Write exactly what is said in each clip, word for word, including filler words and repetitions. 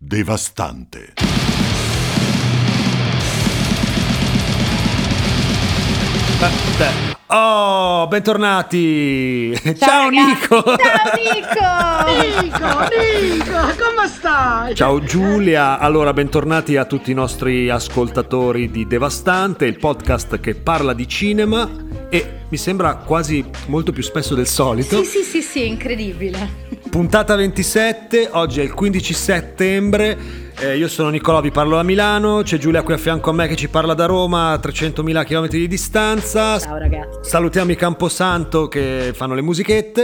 devastante. Oh, bentornati! Ciao, Ciao Nico! Ciao Nico! Nico, Nico, come stai? Ciao Giulia! Allora, bentornati a tutti i nostri ascoltatori di Devastante, il podcast che parla di cinema e mi sembra quasi molto più spesso del solito. Sì, sì, sì, sì, incredibile. Puntata ventisette, oggi è il quindici settembre. Eh, io sono Nicolò, vi parlo da Milano, c'è Giulia qui a fianco a me che ci parla da Roma a trecentomila chilometri di distanza. Ciao ragazzi. Salutiamo i Camposanto che fanno le musichette.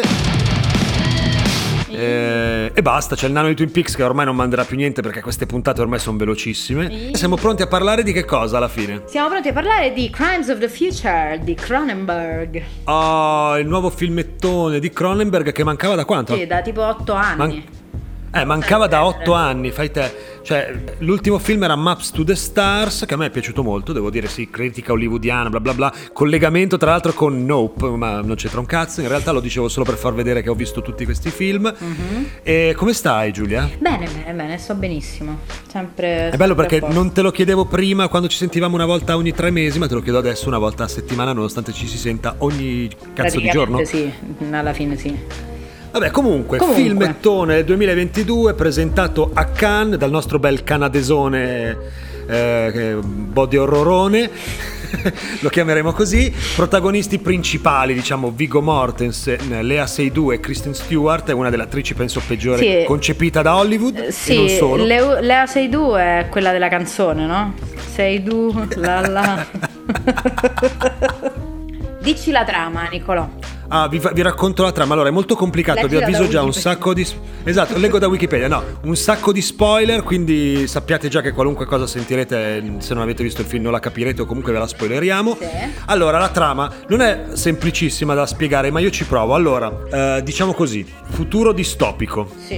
Eh, e basta, c'è il nano di Twin Peaks che ormai non manderà più niente perché queste puntate ormai sono velocissime. Sì. Siamo pronti a parlare di che cosa alla fine? Siamo pronti a parlare di Crimes of the Future di Cronenberg. Oh, il nuovo filmettone di Cronenberg che mancava da quanto? Sì, da tipo otto anni. Man- Eh, mancava da otto anni, fai te. Cioè, l'ultimo film era Maps to the Stars, che a me è piaciuto molto, devo dire, sì, critica hollywoodiana, bla bla bla. Collegamento tra l'altro con Nope, ma non c'entra un cazzo. In realtà lo dicevo solo per far vedere che ho visto tutti questi film. Mm-hmm. E come stai, Giulia? Bene, bene, bene, sto benissimo. Sempre. È bello perché non te lo chiedevo prima quando ci sentivamo una volta ogni tre mesi, ma te lo chiedo adesso una volta a settimana, nonostante ci si senta ogni cazzo di giorno. Sì, alla fine sì. Vabbè, comunque, comunque, filmettone duemilaventidue presentato a Cannes dal nostro bel canadesone eh, body horrorone, lo chiameremo così. Protagonisti principali, diciamo, Viggo Mortensen, Lea Seydoux e Kristen Stewart, è una delle attrici penso peggiore sì. concepita da Hollywood, eh, sì, e non solo. Le- Lea Seydoux è quella della canzone, no? Seydoux, la la. Dici la trama, Nicolò. Ah, vi, vi racconto la trama. Allora, è molto complicato, Leggila vi avviso da già un Wikipedia. sacco di... Esatto, leggo da Wikipedia, no, un sacco di spoiler, quindi sappiate già che qualunque cosa sentirete, se non avete visto il film non la capirete o comunque ve la spoileriamo. Sì. Allora, la trama non è semplicissima da spiegare, ma io ci provo. Allora, eh, diciamo così, futuro distopico. Sì.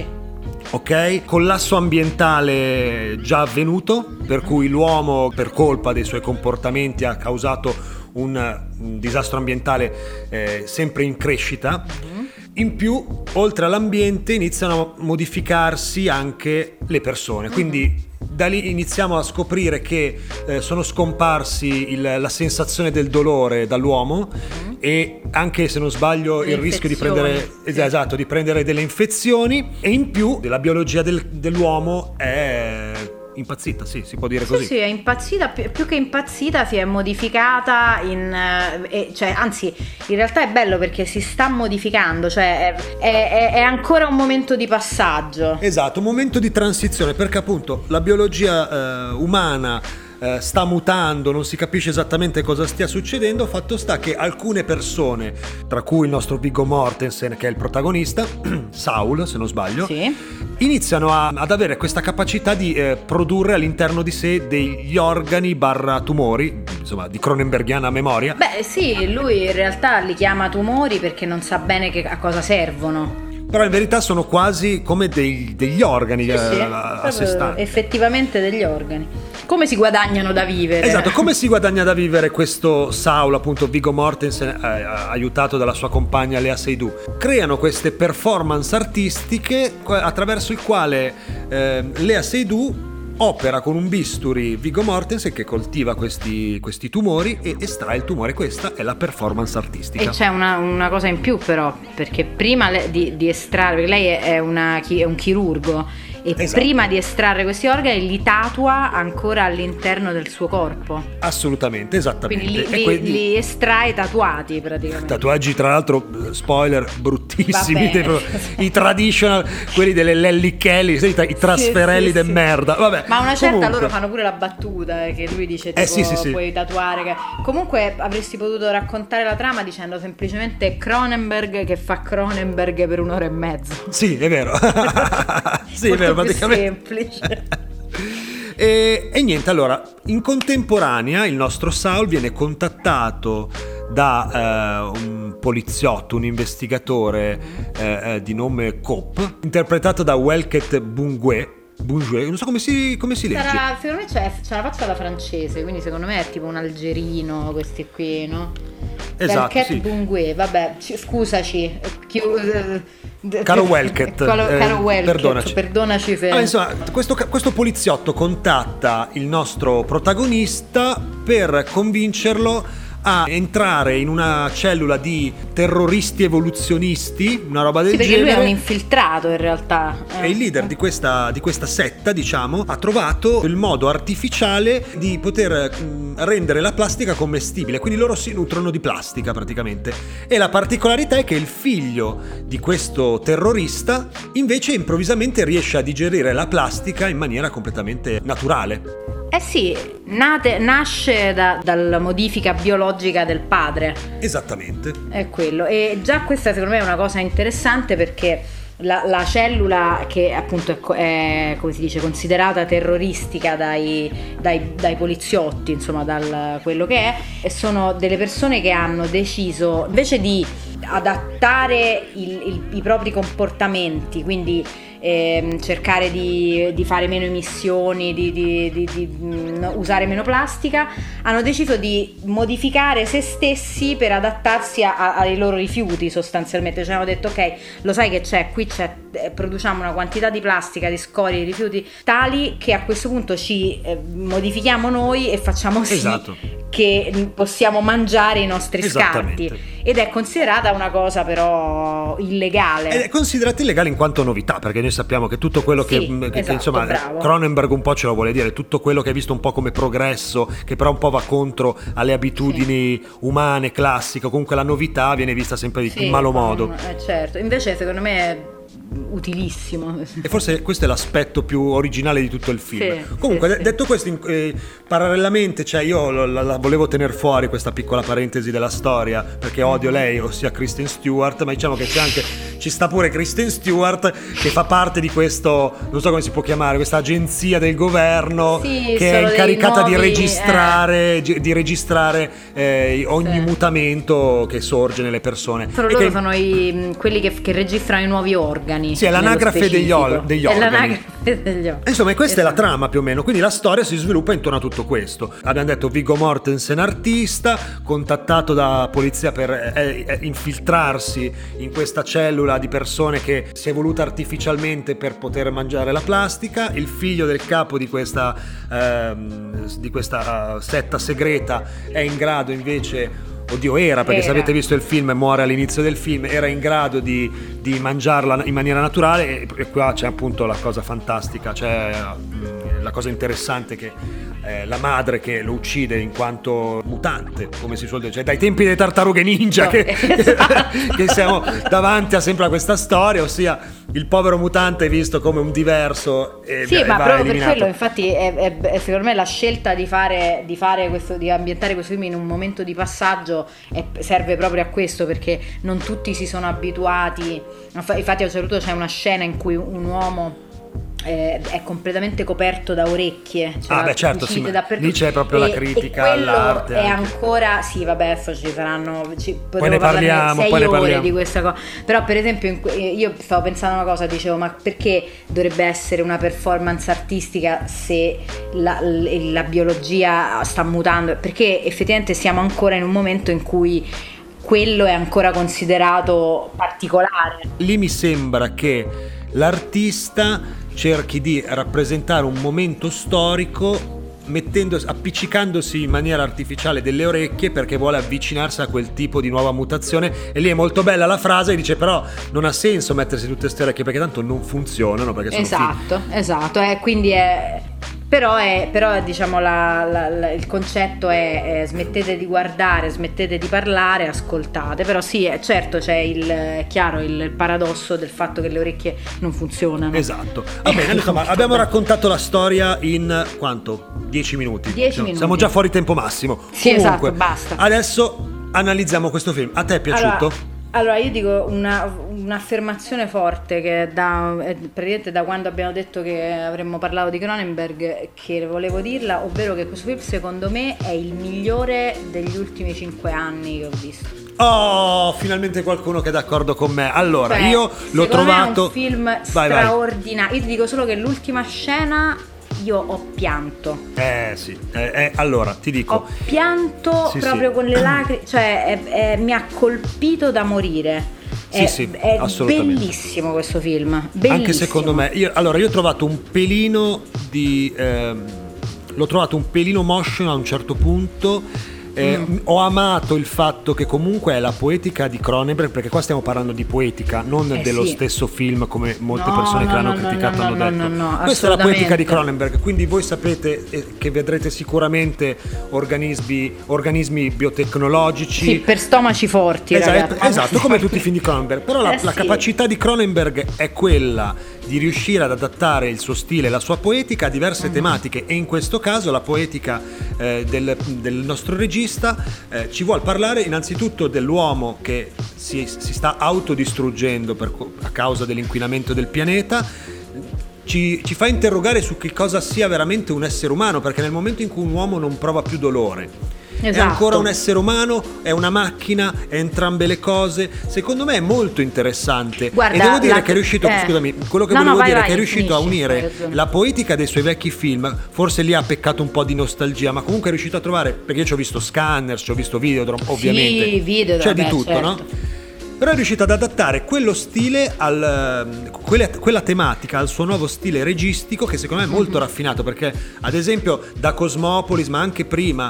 Ok, collasso ambientale già avvenuto, per cui l'uomo per colpa dei suoi comportamenti ha causato un, un disastro ambientale eh, sempre in crescita. Mm-hmm. In più, oltre all'ambiente, iniziano a modificarsi anche le persone, mm-hmm. quindi da lì iniziamo a scoprire che eh, sono scomparsi il, la sensazione del dolore dall'uomo, mm-hmm. e anche, se non sbaglio, le il rischio di prendere, sì. esatto, di prendere delle infezioni, e in più la biologia del, dell'uomo è impazzita, sì, si può dire sì, così. Sì, è impazzita, più, più che impazzita si è modificata in eh, cioè, anzi, in realtà è bello perché si sta modificando, cioè è, è, è ancora un momento di passaggio. Esatto, un momento di transizione, perché appunto la biologia eh, umana Uh, sta mutando, non si capisce esattamente cosa stia succedendo. Fatto sta che alcune persone, tra cui il nostro Viggo Mortensen che è il protagonista, Saul se non sbaglio, sì. iniziano a, ad avere questa capacità di eh, produrre all'interno di sé degli organi barra tumori, insomma di cronenbergiana memoria. Beh sì, lui in realtà li chiama tumori perché non sa bene che, a cosa servono. Però in verità sono quasi come dei, degli organi Sì, eh, sì, a, a sé stanti. Effettivamente degli organi. Come si guadagnano da vivere? Esatto, come si guadagna da vivere questo Saul, appunto Viggo Mortensen, eh, aiutato dalla sua compagna Lea Seydoux? Creano queste performance artistiche attraverso il quale eh, Lea Seydoux opera con un bisturi Viggo Mortensen che coltiva questi, questi tumori e estrae il tumore. Questa è la performance artistica. E c'è una, una cosa in più però, perché prima le, di, di estrarre, perché lei è, è, una, è un chirurgo, e esatto. prima di estrarre questi organi li tatua ancora all'interno del suo corpo. Assolutamente, esattamente. Quindi li, e li, quindi... li estrae tatuati praticamente. Tatuaggi tra l'altro, spoiler, bruttissimi, i traditional, quelli delle Lelly Kelly, i trasferelli sì, sì, de sì. merda. Vabbè, ma una certa comunque... loro fanno pure la battuta eh, che lui dice tipo eh, sì, sì, sì. puoi tatuare che... Comunque avresti potuto raccontare la trama dicendo semplicemente Cronenberg che fa Cronenberg per un'ora e mezzo. Sì, è vero. Sì, molto è vero, più praticamente semplice. e, e niente, allora, in contemporanea il nostro Saul viene contattato da eh, un poliziotto, un investigatore eh, eh, di nome Cope, interpretato da Welket Bungue. Bungue, non so come si, come si legge. Sarà, secondo me c'è, c'è la faccia alla francese, quindi secondo me è tipo un algerino, questi qui, no? Esatto, Welket sì. Bungue, vabbè, ci, scusaci, Chi, uh, Caro Welket, caro, eh, caro Welket, perdonaci. perdonaci se... Allora, insomma, questo, questo poliziotto contatta il nostro protagonista per convincerlo a entrare in una cellula di terroristi evoluzionisti, una roba del sì, perché genere. lui è un infiltrato in realtà. Eh. E il leader di questa, di questa setta, diciamo, ha trovato il modo artificiale di poter mh, rendere la plastica commestibile, quindi loro si nutrono di plastica praticamente. E la particolarità è che il figlio di questo terrorista invece improvvisamente riesce a digerire la plastica in maniera completamente naturale. Eh sì, nate, nasce da, dalla modifica biologica del padre. Esattamente. È quello. E già questa secondo me è una cosa interessante perché la, la cellula che appunto è, è, come si dice, considerata terroristica dai, dai, dai poliziotti, insomma, dal quello che è, e sono delle persone che hanno deciso, invece di adattare il, il, i propri comportamenti, quindi Eh, cercare di, di fare meno emissioni, di, di, di, di mh, usare meno plastica, hanno deciso di modificare se stessi per adattarsi a, a, ai loro rifiuti sostanzialmente. Ci hanno detto ok, lo sai che c'è, qui c'è, eh, produciamo una quantità di plastica, di scorie, di rifiuti tali che a questo punto ci eh, modifichiamo noi e facciamo sì esatto. che possiamo mangiare i nostri scarti. Ed è considerata una cosa però illegale. Ed è considerata illegale in quanto novità, perché noi sappiamo che tutto quello che, sì, che, esatto, che insomma bravo. Cronenberg un po' ce lo vuole dire, tutto quello che è visto un po' come progresso, che però un po' va contro alle abitudini sì. umane, classiche, comunque la novità viene vista sempre di sì, in malo modo. Eh, certo, invece secondo me è utilissimo. E forse questo è l'aspetto più originale di tutto il film. Sì, comunque sì, detto sì. questo, eh, parallelamente, cioè io la, la volevo tenere fuori questa piccola parentesi della storia perché odio lei, ossia Kristen Stewart, ma diciamo che c'è anche ci sta pure Kristen Stewart che fa parte di questo, non so come si può chiamare, questa agenzia del governo sì, che è incaricata nuovi, di registrare eh. di registrare eh, ogni sì. mutamento che sorge nelle persone. Però loro che... sono i, quelli che, che registrano i nuovi organi. Sì, è l'anagrafe degli, ol- degli è organi. L'anagrafe degli organi. Insomma, questa esatto. è la trama più o meno, quindi la storia si sviluppa intorno a tutto questo. Abbiamo detto Viggo Mortensen artista, contattato da polizia per eh, eh, infiltrarsi in questa cellula di persone che si è evoluta artificialmente per poter mangiare la plastica. Il figlio del capo di questa, ehm, di questa uh, setta segreta è in grado invece... Oddio era, perché era. Se avete visto il film muore all'inizio del film, era in grado di, di mangiarla in maniera naturale e, e qua c'è appunto la cosa fantastica, c'è mh, la cosa interessante che eh, la madre che lo uccide in quanto mutante, come si suol dire, cioè dai tempi delle tartarughe ninja no, che, esatto. che siamo davanti a sempre a questa storia, ossia il povero mutante è visto come un diverso e sì, e ma va proprio eliminato. Per quello infatti è, è, è secondo me la scelta di fare, di fare questo, di ambientare questo film in un momento di passaggio è, serve proprio a questo, perché non tutti si sono abituati. Infatti a un certo punto c'è una scena in cui un uomo eh, è completamente coperto da orecchie, cioè ah beh certo sì, lì c'è proprio e, la critica e all'arte è anche. Ancora sì vabbè adesso ci saranno ci, poi ne parliamo sei poi ne ore parliamo di questa cosa, però per esempio in, io stavo pensando una cosa, dicevo ma perché dovrebbe essere una performance artistica se la, la, la biologia sta mutando? Perché effettivamente siamo ancora in un momento in cui quello è ancora considerato particolare. Lì mi sembra che l'artista cerchi di rappresentare un momento storico mettendo, appiccicandosi in maniera artificiale delle orecchie perché vuole avvicinarsi a quel tipo di nuova mutazione, e lì è molto bella la frase, dice però non ha senso mettersi tutte queste orecchie perché tanto non funzionano, perché sono esatto, figli. Esatto, eh, quindi è Però, è, però diciamo la, la, la, il concetto è, è smettete di guardare, smettete di parlare, ascoltate. Però sì, è, certo c'è il, è chiaro il, il paradosso del fatto che le orecchie non funzionano. Esatto. Va bene, insomma, abbiamo raccontato la storia in quanto? dieci minuti. dieci minuti. Siamo già fuori tempo massimo. Sì, comunque, esatto, basta. Adesso analizziamo questo film. A te è piaciuto? Allora, Allora io dico una, un'affermazione forte che da, praticamente da quando abbiamo detto che avremmo parlato di Cronenberg che volevo dirla, ovvero che questo film secondo me è il migliore degli ultimi cinque anni che ho visto. Oh, finalmente qualcuno che è d'accordo con me. Allora, cioè, io l'ho trovato... è un film straordinario. Io ti dico solo che l'ultima scena io ho pianto. Eh sì, eh, eh, allora ti dico. Ho pianto sì, proprio sì. con le lacrime, cioè è, è, mi ha colpito da morire. Sì, è, sì, è assolutamente. bellissimo questo film, bellissimo. Anche secondo me, io, allora io ho trovato un pelino di ehm, l'ho trovato un pelino motion a un certo punto. Eh, mm. Ho amato il fatto che comunque è la poetica di Cronenberg, perché qua stiamo parlando di poetica, non eh dello sì. stesso film come molte no, persone no, che l'hanno no, criticato no, hanno no, detto. no, no, no, questa è la poetica di Cronenberg, quindi voi sapete che vedrete sicuramente organismi, organismi biotecnologici, sì, per stomaci forti, esatto, ragazzi. esatto, come tutti i film di Cronenberg, però la, eh la sì. capacità di Cronenberg è quella di riuscire ad adattare il suo stile e la sua poetica a diverse uh-huh. tematiche, e in questo caso la poetica eh, del, del nostro regista eh, ci vuol parlare innanzitutto dell'uomo che si, si sta autodistruggendo per, a causa dell'inquinamento del pianeta. Ci, ci fa interrogare su che cosa sia veramente un essere umano, perché nel momento in cui un uomo non prova più dolore, esatto. è ancora un essere umano, è una macchina, è entrambe le cose. Secondo me è molto interessante. Guarda, e devo dire la... che è riuscito, eh. quello che no, volevo no, vai, dire vai, è che è riuscito finisci, a unire la poetica dei suoi vecchi film. Forse lì ha peccato un po' di nostalgia, ma comunque è riuscito a trovare, perché io ci ho visto Scanners, ci ho visto Videodrome, ovviamente sì, Videodrome, c'è di beh, tutto, certo. no? Però è riuscito ad adattare quello stile al, quella, quella tematica al suo nuovo stile registico, che secondo me è molto mm-hmm. raffinato, perché ad esempio da Cosmopolis, ma anche prima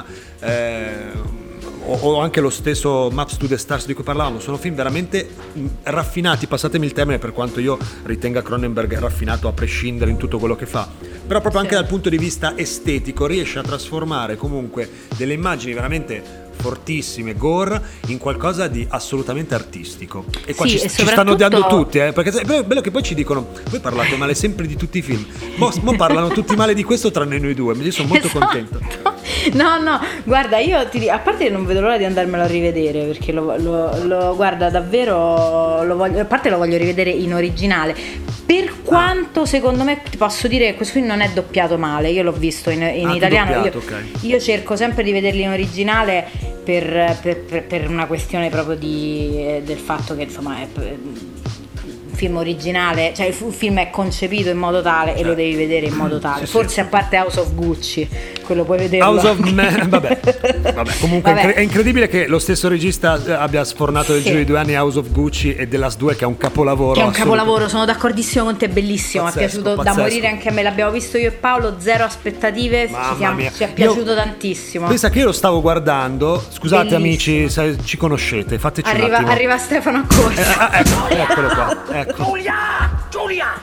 eh, o, o anche lo stesso Maps to the Stars di cui parlavamo, sono film veramente raffinati, passatemi il termine, per quanto io ritenga Cronenberg raffinato a prescindere in tutto quello che fa, però proprio anche sì. dal punto di vista estetico riesce a trasformare comunque delle immagini veramente fortissime, gore, in qualcosa di assolutamente artistico. E qua sì, ci, e ci stanno odiando tutti, eh, perché è bello che poi ci dicono: voi parlate male sempre di tutti i film, mo, mo parlano tutti male di questo tranne noi due. Io sono molto esatto. contento. No, no, guarda, io ti a parte che non vedo l'ora di andarmelo a rivedere, perché lo, lo, lo guarda davvero, lo voglio, a parte lo voglio rivedere in originale. Per quanto ah. secondo me ti posso dire che questo film non è doppiato male, io l'ho visto in, in ah, italiano. Doppiato, io, okay. io cerco sempre di vederli in originale per, per, per, per una questione proprio di, del fatto che insomma è un film originale, cioè il film è concepito in modo tale e lo devi vedere in modo tale. Sì, forse sì, a parte House of Gucci, quello puoi vederlo. House of Man, vabbè. vabbè. Comunque vabbè. È incredibile che lo stesso regista abbia sfornato nel sì. giro di due anni House of Gucci e The Last due, che è un capolavoro. Che è un capolavoro, sono d'accordissimo con te, è bellissimo, mi è piaciuto pazzesco. Da morire anche a me, l'abbiamo visto io e Paolo, zero aspettative, ci, siamo, ci è piaciuto io, tantissimo. Pensa che io lo stavo guardando, scusate bellissimo. Amici, se ci conoscete, fateci arriva, un attimo. Arriva Stefano a corsa. Eh, ecco, eccolo qua, ecco. Giulia! Giulia!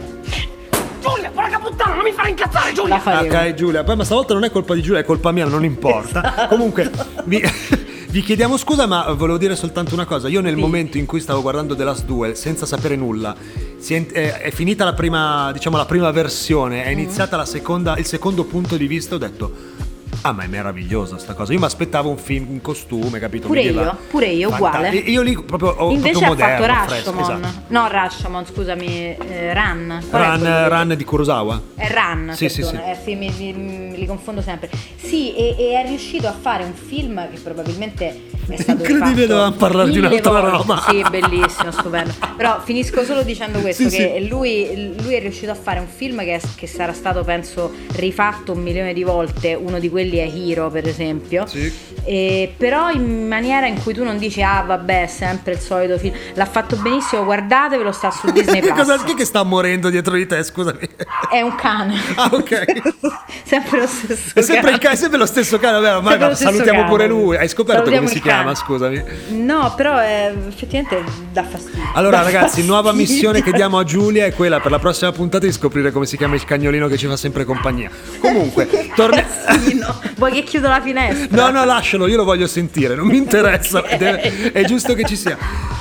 Giulia, porca puttana, non mi fare incazzare, Giulia! Ok, Giulia, poi ma stavolta non è colpa di Giulia, è colpa mia, non importa. Esatto. Comunque, vi, vi chiediamo scusa, ma volevo dire soltanto una cosa. Io nel sì. momento in cui stavo guardando The Last due, senza sapere nulla, si è, è, è finita la prima, diciamo la prima versione, è iniziata mm. la seconda, il secondo punto di vista, ho detto: ah, ma è meravigliosa sta cosa. Io mi aspettavo un film in costume, capito? Pure io, pure io, uguale. E io lì proprio ho invece proprio ha moderno, fatto Rashomon. Esatto. No, Rashomon, scusami, eh, Run. Run, Run di Kurosawa? È Run, sì, sì, sì. Eh, sì, mi, mi, li confondo sempre. Sì, e, e è riuscito a fare un film che probabilmente è stato incredibile, dovevamo parlare di un'altra volte. roba. Sì, bellissimo, stupendo. Però finisco solo dicendo questo, sì, che sì. Lui, lui è riuscito a fare un film che, che sarà stato, penso, rifatto un milione di volte. Uno di quelli è Hero, per esempio. Sì. E, però in maniera in cui tu non dici: ah vabbè, è sempre il solito film. L'ha fatto benissimo, guardatevelo, sta su Disney Plus. Cosa, chi che sta morendo dietro di te, scusami? È un cane. Ah, ok. Sempre lo stesso è sempre, cane. Il cane, è sempre lo stesso cane, vabbè, ormai ma salutiamo cane. Pure lui. Hai scoperto salutiamo come si cane. chiama, scusami? No, però è, effettivamente dà fastidio. Allora dà ragazzi, fastidio. Nuova missione che diamo a Giulia è quella per la prossima puntata di scoprire come si chiama il cagnolino che ci fa sempre compagnia. Comunque, torniamo. Vuoi che chiudo la finestra? No, no, lascialo, io lo voglio sentire, non mi interessa. Okay. Deve, è giusto che ci sia.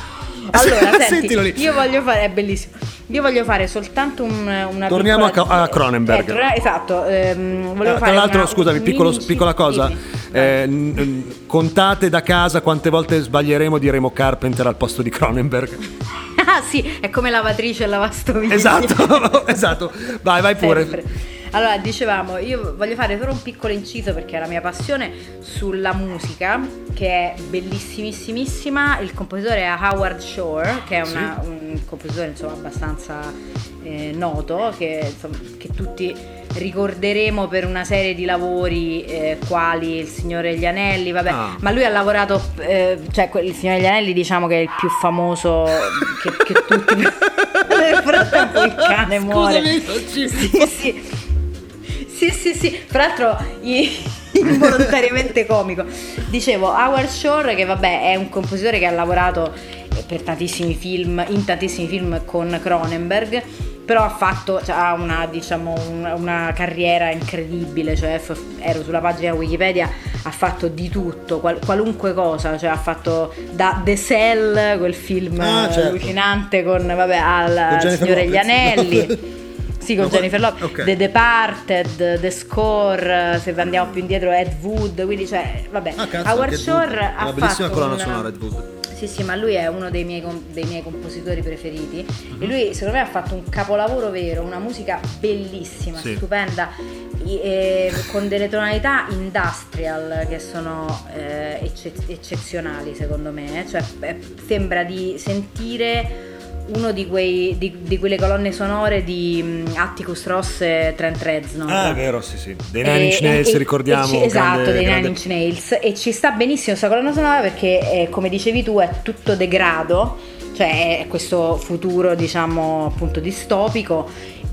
Allora, senti, lì. Io voglio fare, è bellissimo. Io voglio fare soltanto un, una Torniamo piccola, a, a Cronenberg. Eh, esatto. Ehm, volevo eh, fare tra l'altro, una, scusami, un piccolo, mini piccola cosa. Eh, n- contate da casa quante volte sbaglieremo, diremo Carpenter al posto di Cronenberg. Ah sì, è come lavatrice e lavastoviglie. Esatto, esatto. Vai, vai pure. Sempre. Allora, dicevamo, io voglio fare solo un piccolo inciso, perché è la mia passione, sulla musica, che è bellissimissimissima. Il compositore è Howard Shore, che è una, sì. un compositore insomma abbastanza eh, noto, che, insomma, che tutti ricorderemo per una serie di lavori eh, quali Il Signore degli Anelli, vabbè, ah. ma lui ha lavorato, eh, cioè Il Signore degli Anelli diciamo che è il più famoso che, che tutti. Nel frattempo il cane muore. Scusami, sì, sì. Sì, sì, sì. Fra l'altro involontariamente comico. Dicevo, Howard Shore, che vabbè è un compositore che ha lavorato per tantissimi film, in tantissimi film con Cronenberg, però ha fatto, cioè, ha una, diciamo, una, una carriera incredibile, cioè ero sulla pagina Wikipedia, ha fatto di tutto, qual, qualunque cosa, cioè ha fatto da The Cell, quel film ah, certo. allucinante con, vabbè, al con Signore degli Anelli. No. Sì, con no, Jennifer Lopez, okay. The Departed, The Score, se andiamo più indietro Ed Wood, quindi cioè, vabbè, ah, cazzo, Howard Shore ha fatto una bellissima colonna sonora Ed Wood. Sì, sì, ma lui è uno dei miei, dei miei compositori preferiti mm-hmm. e lui secondo me ha fatto un capolavoro vero, una musica bellissima, sì. stupenda, e, con delle tonalità industrial che sono eh, ecce- eccezionali secondo me, cioè eh, sembra di sentire uno di quei di, di quelle colonne sonore di um, Atticus Ross e Trent Reznor. Ah, è vero, sì, sì. Dei Nine Inch Nails, ricordiamo. Ci, esatto, grande, dei grande... Nine Inch Nails, e ci sta benissimo questa colonna sonora perché eh, come dicevi tu è tutto degrado, cioè è questo futuro diciamo appunto distopico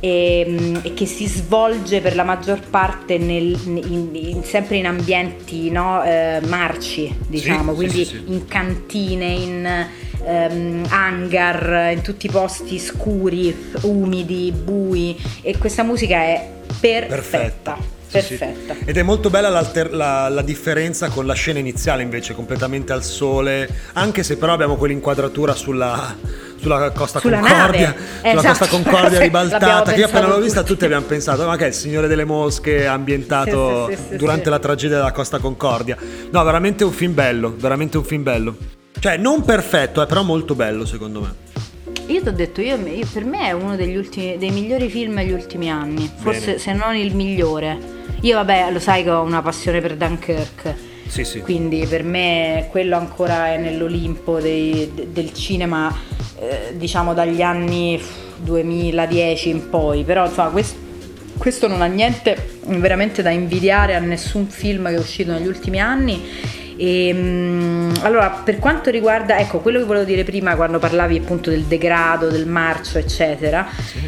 e, e che si svolge per la maggior parte nel, in, in, sempre in ambienti no, eh, marci diciamo, sì, quindi sì, sì, sì. in cantine, in Um, hangar, in tutti i posti scuri, umidi, bui, e questa musica è perfetta, perfetta. perfetta. Sì, sì. Ed è molto bella la, la differenza con la scena iniziale invece, completamente al sole, anche se però abbiamo quell'inquadratura sulla sulla Costa sulla Concordia nave. sulla esatto. Costa Concordia ribaltata, che io appena l'ho vista tutti abbiamo pensato ma che è il Signore delle Mosche ambientato sì, sì, sì, durante sì. la tragedia della Costa Concordia. No, veramente un film bello, veramente un film bello. Cioè, non perfetto, è però molto bello secondo me. Io ti ho detto, io, io, per me è uno degli ultimi, dei migliori film degli ultimi anni. Forse Bene. se non il migliore. Io vabbè, lo sai che ho una passione per Dunkirk. Sì, sì. Quindi per me quello ancora è nell'Olimpo dei, de, del cinema, eh, diciamo dagli anni duemiladieci in poi. Però insomma, questo, questo non ha niente veramente da invidiare a nessun film che è uscito negli ultimi anni. E, allora, per quanto riguarda, ecco, quello che volevo dire prima quando parlavi appunto del degrado, del marcio, eccetera,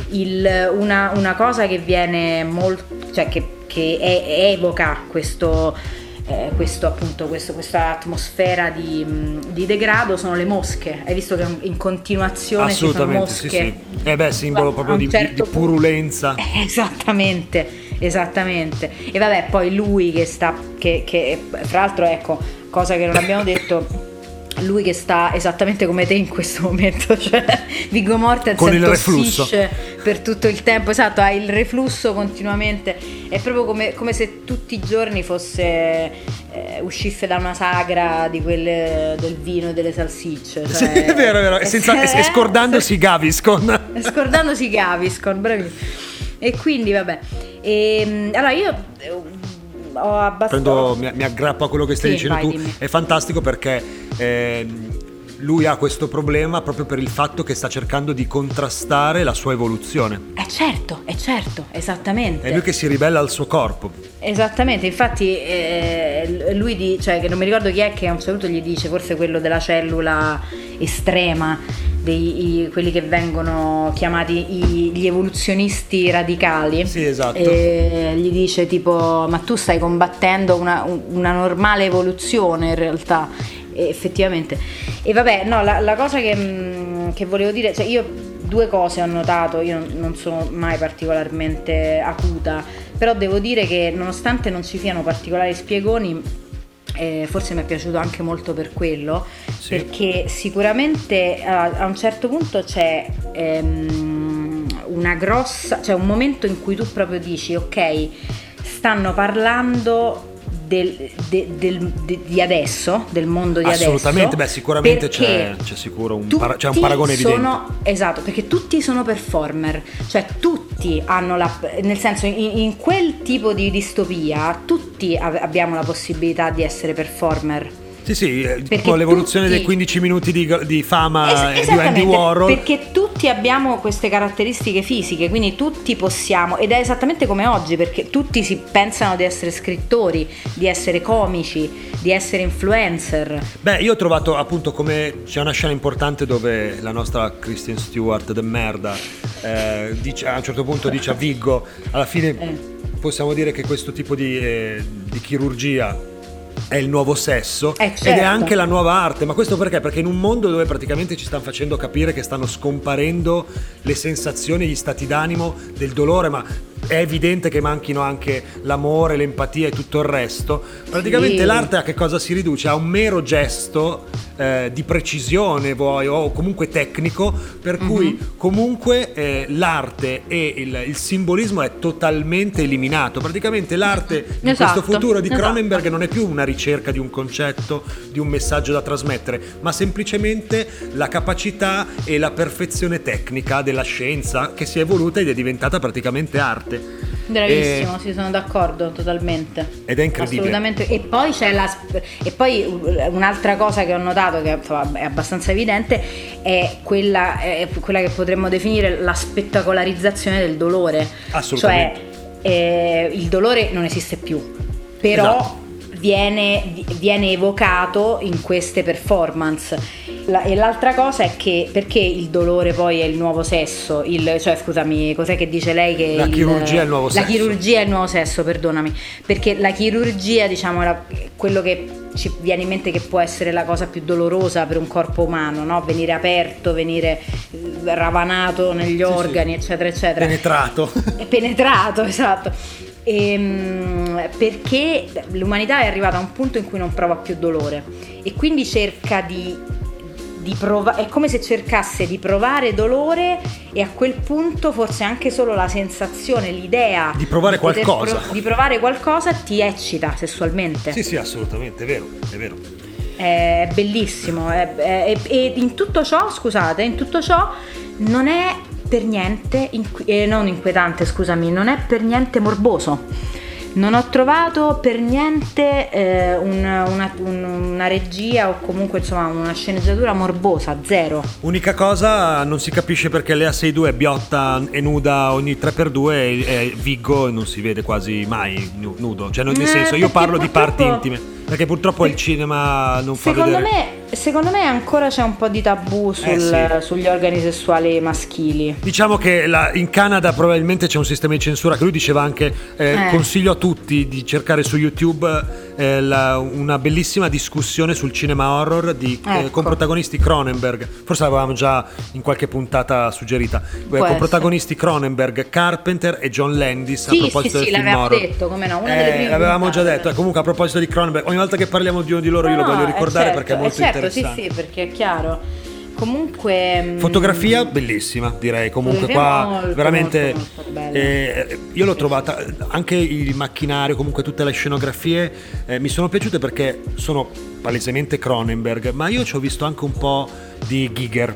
il, una, una cosa che viene molto, cioè che, che è, evoca questo, eh, questo appunto, questo, questa atmosfera di, di degrado sono le mosche. Hai visto che in continuazione ci sono mosche? Sì, sì. Eh beh, simbolo proprio di, certo di purulenza. Eh, esattamente, esattamente. E vabbè, poi lui che sta, che, che fra l'altro ecco, cosa che non abbiamo detto, lui che sta esattamente come te in questo momento, cioè Viggo Mortensen tossisce per tutto il tempo, esatto, ha il reflusso continuamente, è proprio come, come se tutti i giorni fosse eh, uscisse da una sagra di quelle del vino e delle salsicce, cioè, sì, è vero, è vero, e, senza, eh, e scordandosi Gaviscon scordandosi Gaviscon, bravissimo. E quindi vabbè, e, allora io ho abbastanza... Prendo, mi, mi aggrappo a quello che stai sì, dicendo vai, tu dimmi. È fantastico perché eh, lui ha questo problema proprio per il fatto che sta cercando di contrastare la sua evoluzione. Eh certo, è certo, esattamente. È lui che si ribella al suo corpo. Esattamente, infatti eh, lui di, cioè che non mi ricordo chi è che a un certo punto gli dice, forse quello della cellula estrema, dei, i, quelli che vengono chiamati i, gli evoluzionisti radicali. Sì, esatto. E gli dice tipo, ma tu stai combattendo una, una normale evoluzione in realtà. E effettivamente. E vabbè, no, la, la cosa che, che volevo dire, cioè io due cose ho notato, io non, non sono mai particolarmente acuta, però devo dire che nonostante non ci siano particolari spiegoni, Eh, forse mi è piaciuto anche molto per quello, sì. Perché sicuramente a, a un certo punto c'è ehm, una grossa, c'è un momento in cui tu proprio dici ok, stanno parlando del, de, del, de, di adesso, del mondo di adesso. Assolutamente, beh sicuramente c'è, c'è sicuro un, para, c'è un paragone sono, evidente. Esatto, perché tutti sono performer, cioè tutti hanno la, nel senso in, in quel tipo di distopia tutti abbiamo la possibilità di essere performer. Sì, sì, Perché con l'evoluzione tutti- dei quindici minuti di, di fama Es- di Andy Warhol. perché tutti abbiamo queste caratteristiche fisiche, quindi tutti possiamo, ed è esattamente come oggi, perché tutti si pensano di essere scrittori, di essere comici, di essere influencer. Beh, io ho trovato appunto come c'è una scena importante dove la nostra Kristen Stewart de merda eh, dice, a un certo punto dice a Viggo, alla fine Eh. possiamo dire che questo tipo di, eh, di chirurgia è il nuovo sesso Eh, ed è certo. anche la nuova arte. Ma questo perché? Perché in un mondo dove praticamente ci stanno facendo capire che stanno scomparendo le sensazioni, gli stati d'animo del dolore, ma è evidente che manchino anche l'amore, l'empatia e tutto il resto. Praticamente Sì. l'arte a che cosa si riduce? A un mero gesto eh, di precisione vuoi, o comunque tecnico, per cui comunque eh, l'arte e il, il simbolismo è totalmente eliminato. Praticamente l'arte di Esatto, questo futuro di esatto. Cronenberg non è più una ricerca di un concetto, di un messaggio da trasmettere, ma semplicemente la capacità e la perfezione tecnica della scienza che si è evoluta ed è diventata praticamente arte. Bravissimo, sì, sono d'accordo totalmente. Ed è incredibile. Assolutamente. E poi c'è la sp- e poi un'altra cosa che ho notato, che insomma, è abbastanza evidente, è quella, è quella che potremmo definire la spettacolarizzazione del dolore. Assolutamente. Cioè eh, il dolore non esiste più, però Esatto. viene, viene evocato in queste performance. La- e l'altra cosa è che perché il dolore poi è il nuovo sesso, il, cioè scusami, cos'è che dice lei che La il- chirurgia è il nuovo la sesso. chirurgia è il nuovo sesso, perdonami, perché la chirurgia, diciamo, è la- quello che ci viene in mente che può essere la cosa più dolorosa per un corpo umano, no? Venire aperto, venire eh, ravanato negli Sì, organi, sì. eccetera eccetera. Penetrato. È penetrato, esatto. Ehm, perché l'umanità è arrivata a un punto in cui non prova più dolore e quindi cerca di, di provare, è come se cercasse di provare dolore, e a quel punto forse anche solo la sensazione, l'idea Di provare poter qualcosa. pro- di provare qualcosa ti eccita sessualmente. Sì, sì, assolutamente, è vero, è vero. È bellissimo, è- è- e in tutto ciò, scusate, in tutto ciò non è per niente, inqui- eh, non inquietante, scusami, non è per niente morboso. Non ho trovato per niente eh, un- una, un- una regia o comunque insomma una sceneggiatura morbosa, zero. Unica cosa, non si capisce perché Lea sesantadue è biotta e nuda ogni tre per due e, e Viggo non si vede quasi mai nu- nudo. Cioè, nel Eh, senso, io perché parlo di parti purtroppo- intime. Perché purtroppo il cinema non fa Secondo vedere. me, secondo me ancora c'è un po' di tabù sul- Eh, sì. sugli organi sessuali maschili. Diciamo che la- in Canada probabilmente c'è un sistema di censura che lui diceva anche, eh, Eh. consiglio a tutti di cercare su YouTube eh, la- una bellissima discussione sul cinema horror di, eh, Ecco. con protagonisti Cronenberg, forse l'avevamo già in qualche puntata suggerita, eh, con essere. protagonisti Cronenberg, Carpenter e John Landis. Sì, a proposito sì, sì, del film l'avevamo horror. detto, come no, una delle Eh, prime l'avevamo già puntate. detto. Eh, comunque a proposito di Cronenberg, ogni volta che parliamo di uno di loro io lo No, voglio no, ricordare certo, perché è molto certo, interessante. sì, sì, perché è chiaro. Comunque mh, Fotografia bellissima, direi. Comunque Fotografia qua molto, veramente molto, molto bella. eh, io l'ho trovata, anche il macchinario, comunque tutte le scenografie eh, mi sono piaciute perché sono palesemente Cronenberg, ma io ci ho visto anche un po' di Giger,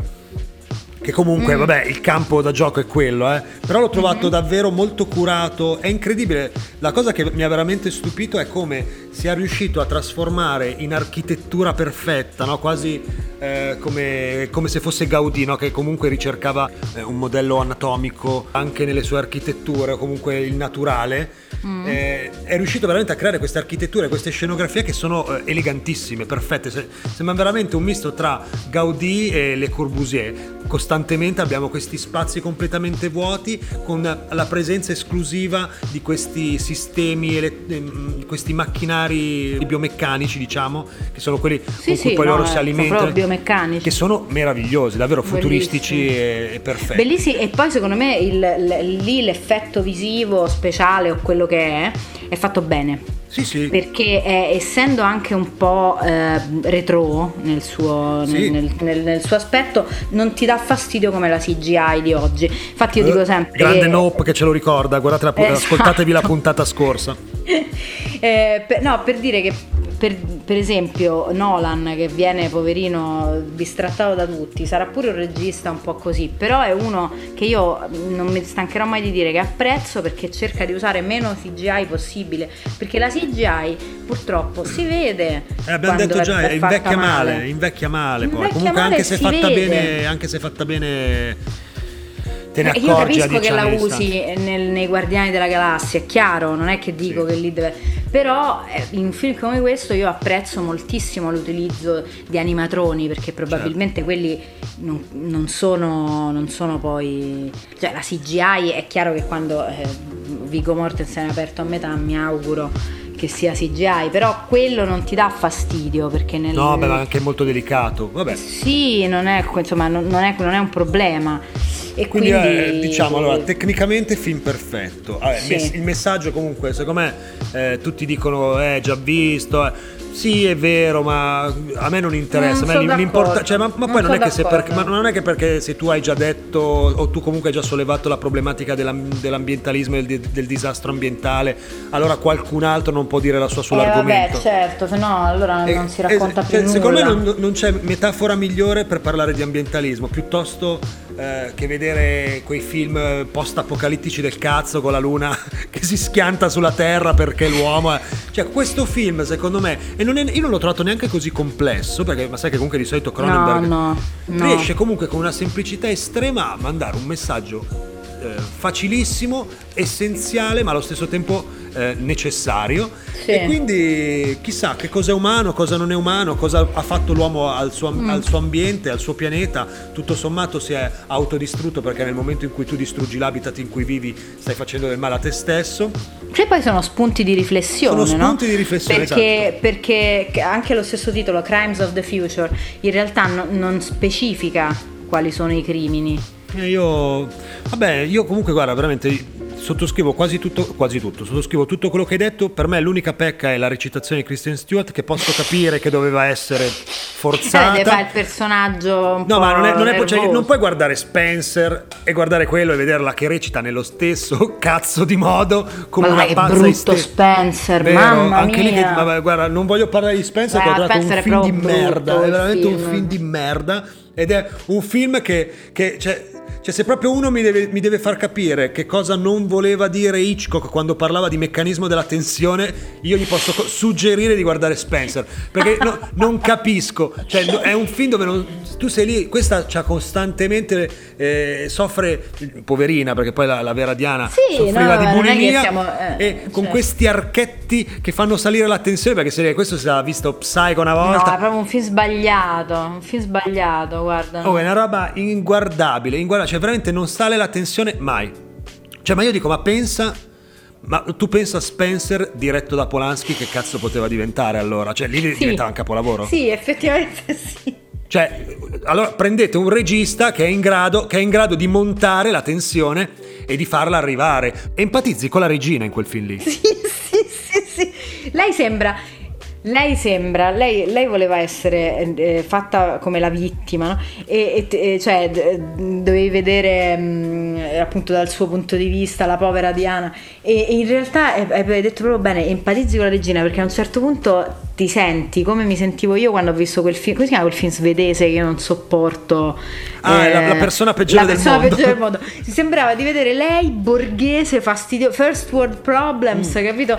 che comunque Mm. vabbè, il campo da gioco è quello, eh. Però l'ho trovato Mm-hmm. davvero molto curato, è incredibile. La cosa che mi ha veramente stupito è come sia riuscito a trasformare in architettura perfetta, no? Quasi eh, come, come se fosse Gaudì, no? Che comunque ricercava eh, un modello anatomico anche nelle sue architetture, o comunque il naturale. Mm. Eh, è riuscito veramente a creare queste architetture, queste scenografie che sono eh, elegantissime, perfette. Se- sembra veramente un misto tra Gaudì e Le Corbusier. Costantemente abbiamo questi spazi completamente vuoti con la presenza esclusiva di questi sistemi, ele- ehm, questi macchinari biomeccanici, diciamo, che sono quelli Sì, con cui sì, poi no, loro eh, si sono alimentano, proprio biomeccanici. che sono meravigliosi, davvero futuristici Bellissimi. e, e perfetti. Bellissimi, e poi secondo me il, l- lì l'effetto visivo speciale o quello che è è fatto bene. Sì, sì. Perché è- essendo anche un po' eh, retro nel suo, nel, Sì. nel- nel- nel suo aspetto, non ti dà fastidio come la C G I di oggi. Infatti io dico sempre Grande che- Nope che ce lo ricorda, guardate la, Esatto. ascoltatevi la puntata scorsa. Eh, per- no, per dire che per, per esempio Nolan, che viene poverino bistrattato da tutti, sarà pure un regista un po' così, però è uno che io non mi stancherò mai di dire che apprezzo, perché cerca di usare meno C G I possibile, perché la C G I purtroppo si vede, eh, abbiamo detto già, è, è invecchia male, male, invecchia male invecchia poi comunque male, anche se si fatta vede. bene, anche se fatta bene te ne Io accorgi a capisco dieci che la anni di usi distanza. nel, nei Guardiani della Galassia, è chiaro, non è che dico Sì. che lì deve, però eh, in un film come questo io apprezzo moltissimo l'utilizzo di animatroni, perché probabilmente certo. quelli non, non sono non sono poi, cioè la C G I è chiaro che quando eh, Viggo Mortensen è aperto a metà mi auguro che sia C G I, però quello non ti dà fastidio, perché nel No, beh, ma anche molto delicato, vabbè. sì, non è, insomma, non, non è, non è un problema. E Quindi, quindi, eh, diciamo, allora, tecnicamente film perfetto. Vabbè, Sì. mes- il messaggio comunque, secondo me, eh, tutti dicono, eh, già visto, eh. Sì, è vero, ma a me non interessa. Non a me sono l'importa- d'accordo. cioè, ma, ma Non poi non sono è, che se d'accordo. perché, ma non è che perché se tu hai già detto o tu comunque hai già sollevato la problematica della- dell'ambientalismo e del, del disastro ambientale, allora qualcun altro non può dire la sua eh, sull'argomento. vabbè, certo, se no allora Eh, non si racconta eh, più cioè, nulla. secondo me non, non c'è metafora migliore per parlare di ambientalismo, piuttosto eh, che vedere quei film eh, post-apocalittici del cazzo con la luna che si schianta sulla terra perché l'uomo è... Cioè questo film secondo me, e non è, io non l'ho trovato neanche così complesso, perché ma sai che comunque di solito Cronenberg no, no, no. riesce comunque con una semplicità estrema a mandare un messaggio eh, facilissimo, essenziale, ma allo stesso tempo eh, necessario. Sì. E quindi chissà che cosa è umano, cosa non è umano, cosa ha fatto l'uomo al suo, Mm. al suo ambiente, al suo pianeta. Tutto sommato si è autodistrutto, perché nel momento in cui tu distruggi l'habitat in cui vivi stai facendo del male a te stesso. Cioè poi sono spunti di riflessione, Sono spunti no? di riflessione, perché, esatto. perché anche lo stesso titolo, Crimes of the Future, in realtà no- non specifica quali sono i crimini. E io, vabbè, io comunque guarda, veramente sottoscrivo quasi tutto, quasi tutto, sottoscrivo tutto quello che hai detto. Per me l'unica pecca è la recitazione di Kristen Stewart, che posso capire che doveva essere forzata. Deve fare il personaggio un No, po' ma non, è, non, è, cioè, nervoso. non puoi guardare Spencer e guardare quello e vederla che recita nello stesso cazzo di modo come Ma una che pazza brutto ister- Spencer, Vero? mamma Anche lì che, mia. vabbè, guarda, non voglio parlare di Spencer, Eh, che ho trovato Spencer un è film di proprio merda, brutto è il veramente un film. film di merda, ed è un film che, che cioè, cioè se proprio uno mi deve, mi deve far capire che cosa non voleva dire Hitchcock quando parlava di meccanismo della tensione, io gli posso co- suggerire di guardare Spencer, perché no, non capisco, cioè no- è un film dove non, tu sei lì, questa c'ha costantemente eh, soffre, poverina, perché poi la, la vera Diana Sì, soffriva no, di non è che bulimia, siamo, eh, e con cioè. questi archetti che fanno salire la tensione, perché se questo si era visto Psycho una No, volta. è proprio un film sbagliato, un film sbagliato, guarda. Oh, è una roba inguardabile, inguardabile, cioè veramente non sale la tensione mai. Cioè, ma io dico, ma pensa, ma tu pensa a Spencer diretto da Polanski, che cazzo poteva diventare allora? Cioè, lì Sì. diventava un capolavoro. Sì, effettivamente sì. Cioè, allora prendete un regista che è in grado, che è in grado di montare la tensione e di farla arrivare. Empatizzi con la regina in quel film lì. Sì, sì, sì, sì. Lei sembra Lei sembra, lei, lei voleva essere eh, fatta come la vittima, no? E, e, e cioè d- dovevi vedere mh, appunto dal suo punto di vista la povera Diana, e, e in realtà eh, hai detto proprio bene, empatizzi con la regina, perché a un certo punto ti senti come mi sentivo io quando ho visto quel film, come si chiama quel film svedese che io non sopporto? Ah, eh, la, la persona peggiore la del persona mondo. peggiore del mondo. Si sembrava di vedere lei borghese, fastidio, first world problems, Mm. capito?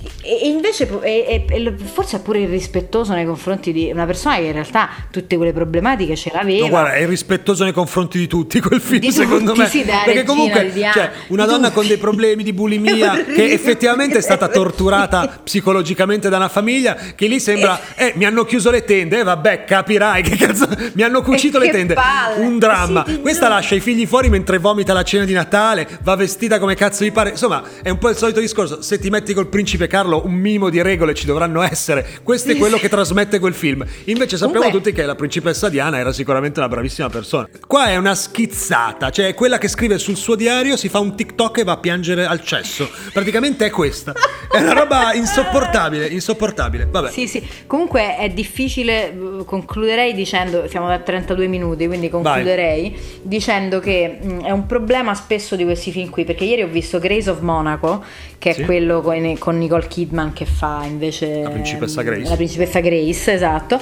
E invece e, e, e forse è pure irrispettoso nei confronti di una persona che in realtà tutte quelle problematiche ce l'aveva. No, guarda, è rispettoso nei confronti di tutti quel film, Di secondo tutti, me. sì, della Perché regina, comunque, di Diana, cioè, una di donna tutti. con dei problemi di bulimia, Orribile. che effettivamente è stata torturata psicologicamente da una famiglia, che lì sembra, eh, mi hanno chiuso le tende, eh, vabbè, capirai che cazzo, mi hanno cucito E le che tende. palle. Un dramma. Sì, ti Questa giuro. lascia i figli fuori mentre vomita la cena di Natale, va vestita come cazzo gli pare. Insomma, è un po' il solito discorso. Se ti metti col principe Carlo, un minimo di regole ci dovranno essere. Questo è quello che trasmette quel film. Invece sappiamo Comunque- tutti che la principessa Diana era sicuramente una bravissima persona. Qua è una schizzata, cioè quella che scrive sul suo diario, si fa un TikTok e va a piangere al cesso. Praticamente è questa. È una roba insopportabile, insopportabile. Vabbè. Sì, sì. Comunque è difficile, concluderei dicendo, siamo da trentadue minuti, quindi concluderei dicendo che mh, è un problema spesso di questi film qui, perché ieri ho visto Grace of Monaco, che è Sì. quello con, con Nicole Kidman, Kidman che fa invece la principessa Grace, la principessa Grace, esatto,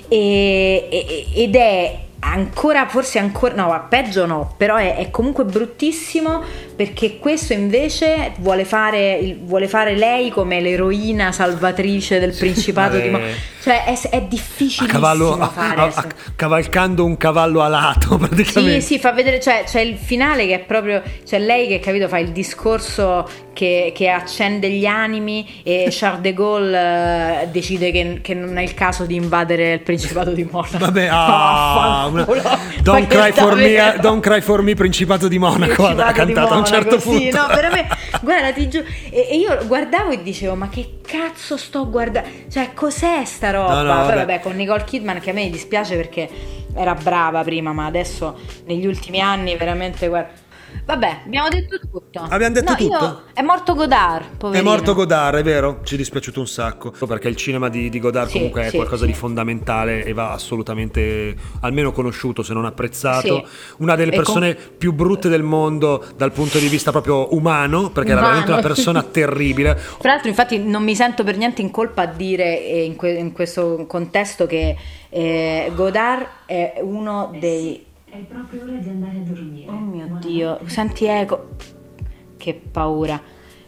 e, e, ed è ancora, forse ancora, no, peggio no, però è, è comunque bruttissimo, perché questo invece vuole fare, vuole fare lei come l'eroina salvatrice del Principato eh, di Mo- cioè è, è difficilissimo a cavallo, fare a, a, a, cavalcando un cavallo alato praticamente. Sì, sì, fa vedere, cioè c'è il finale che è proprio, c'è lei che, capito, fa il discorso che, che accende gli animi, e Charles de Gaulle eh, decide che, che non è il caso di invadere il Principato di Monaco. Vabbè, ah, oh, una, don't, cry for me, don't cry for me Principato di Monaco, Principato ha cantato a un certo sì, punto. No, veramente, guarda, ti giuro, e, e io guardavo e dicevo, ma che cazzo sto guardando, cioè cos'è sta roba? No, no, Poi vabbè. vabbè, con Nicole Kidman, che a me dispiace perché era brava prima, ma adesso negli ultimi anni veramente, guarda. Vabbè, abbiamo detto tutto. Abbiamo detto no, tutto? Io... È morto Godard, poverino. È morto Godard, è vero, ci è dispiaciuto un sacco, perché il cinema di, di Godard sì, comunque è sì, qualcosa sì. di fondamentale e va assolutamente almeno conosciuto, se non apprezzato. Sì. Una delle E persone con... più brutte del mondo dal punto di vista proprio umano, perché umano. era veramente una persona terribile. Tra l'altro, infatti, non mi sento per niente in colpa a dire eh, in, que- in questo contesto che eh, Godard è uno dei... È proprio ora di andare a dormire. Oh mio Dio, senti eco. Che paura.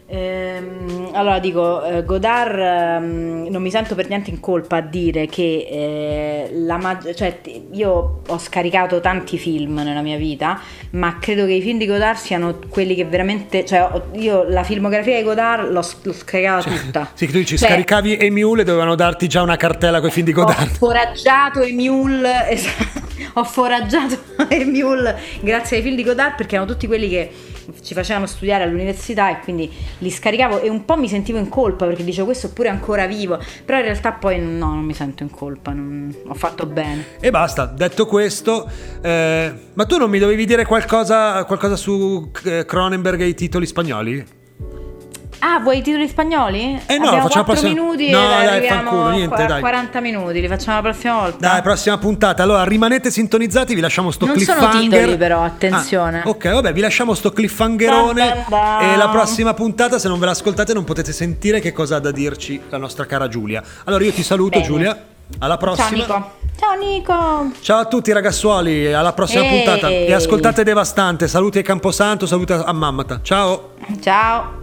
Ehm, allora dico, eh, Godard, ehm, non mi sento per niente in colpa a dire che eh, la mag- cioè, t- io ho scaricato tanti film nella mia vita, ma credo che i film di Godard siano quelli che veramente, cioè ho- io la filmografia di Godard l'ho, l'ho scaricata tutta. Sì, che tu dici, Cioè, scaricavi Emule e dovevano darti già una cartella con i film di ho Godard. foraggiato Emule, esatto, ho foraggiato Emule grazie ai film di Godard, perché erano tutti quelli che ci facevano studiare all'università, e quindi li scaricavo e un po' mi sentivo in colpa perché dicevo questo è pure ancora vivo, però in realtà poi no, non mi sento in colpa, non... ho fatto bene. E basta, detto questo, eh, ma tu non mi dovevi dire qualcosa, qualcosa su eh, Cronenberg e i titoli spagnoli? Ah, vuoi i titoli spagnoli? Eh no, abbiamo facciamo quattro prossima... minuti no, e dai, arriviamo fanculo, niente, a dai. quaranta minuti, li facciamo la prossima volta. Dai, prossima puntata. Allora, rimanete sintonizzati, vi lasciamo sto non cliffhanger. sono titoli però, attenzione. Ah, ok, vabbè, vi lasciamo sto cliffhangerone. Dun, dun, dun. E la prossima puntata, se non ve l'ascoltate, non potete sentire che cosa ha da dirci la nostra cara Giulia. Allora io ti saluto, Bene. Giulia. Alla prossima. Ciao Nico. Ciao Nico. Ciao a tutti ragazzuoli, alla prossima Ehi. puntata. E ascoltate Devastante. Saluti a Camposanto, saluti a Mammata. Ciao. Ciao.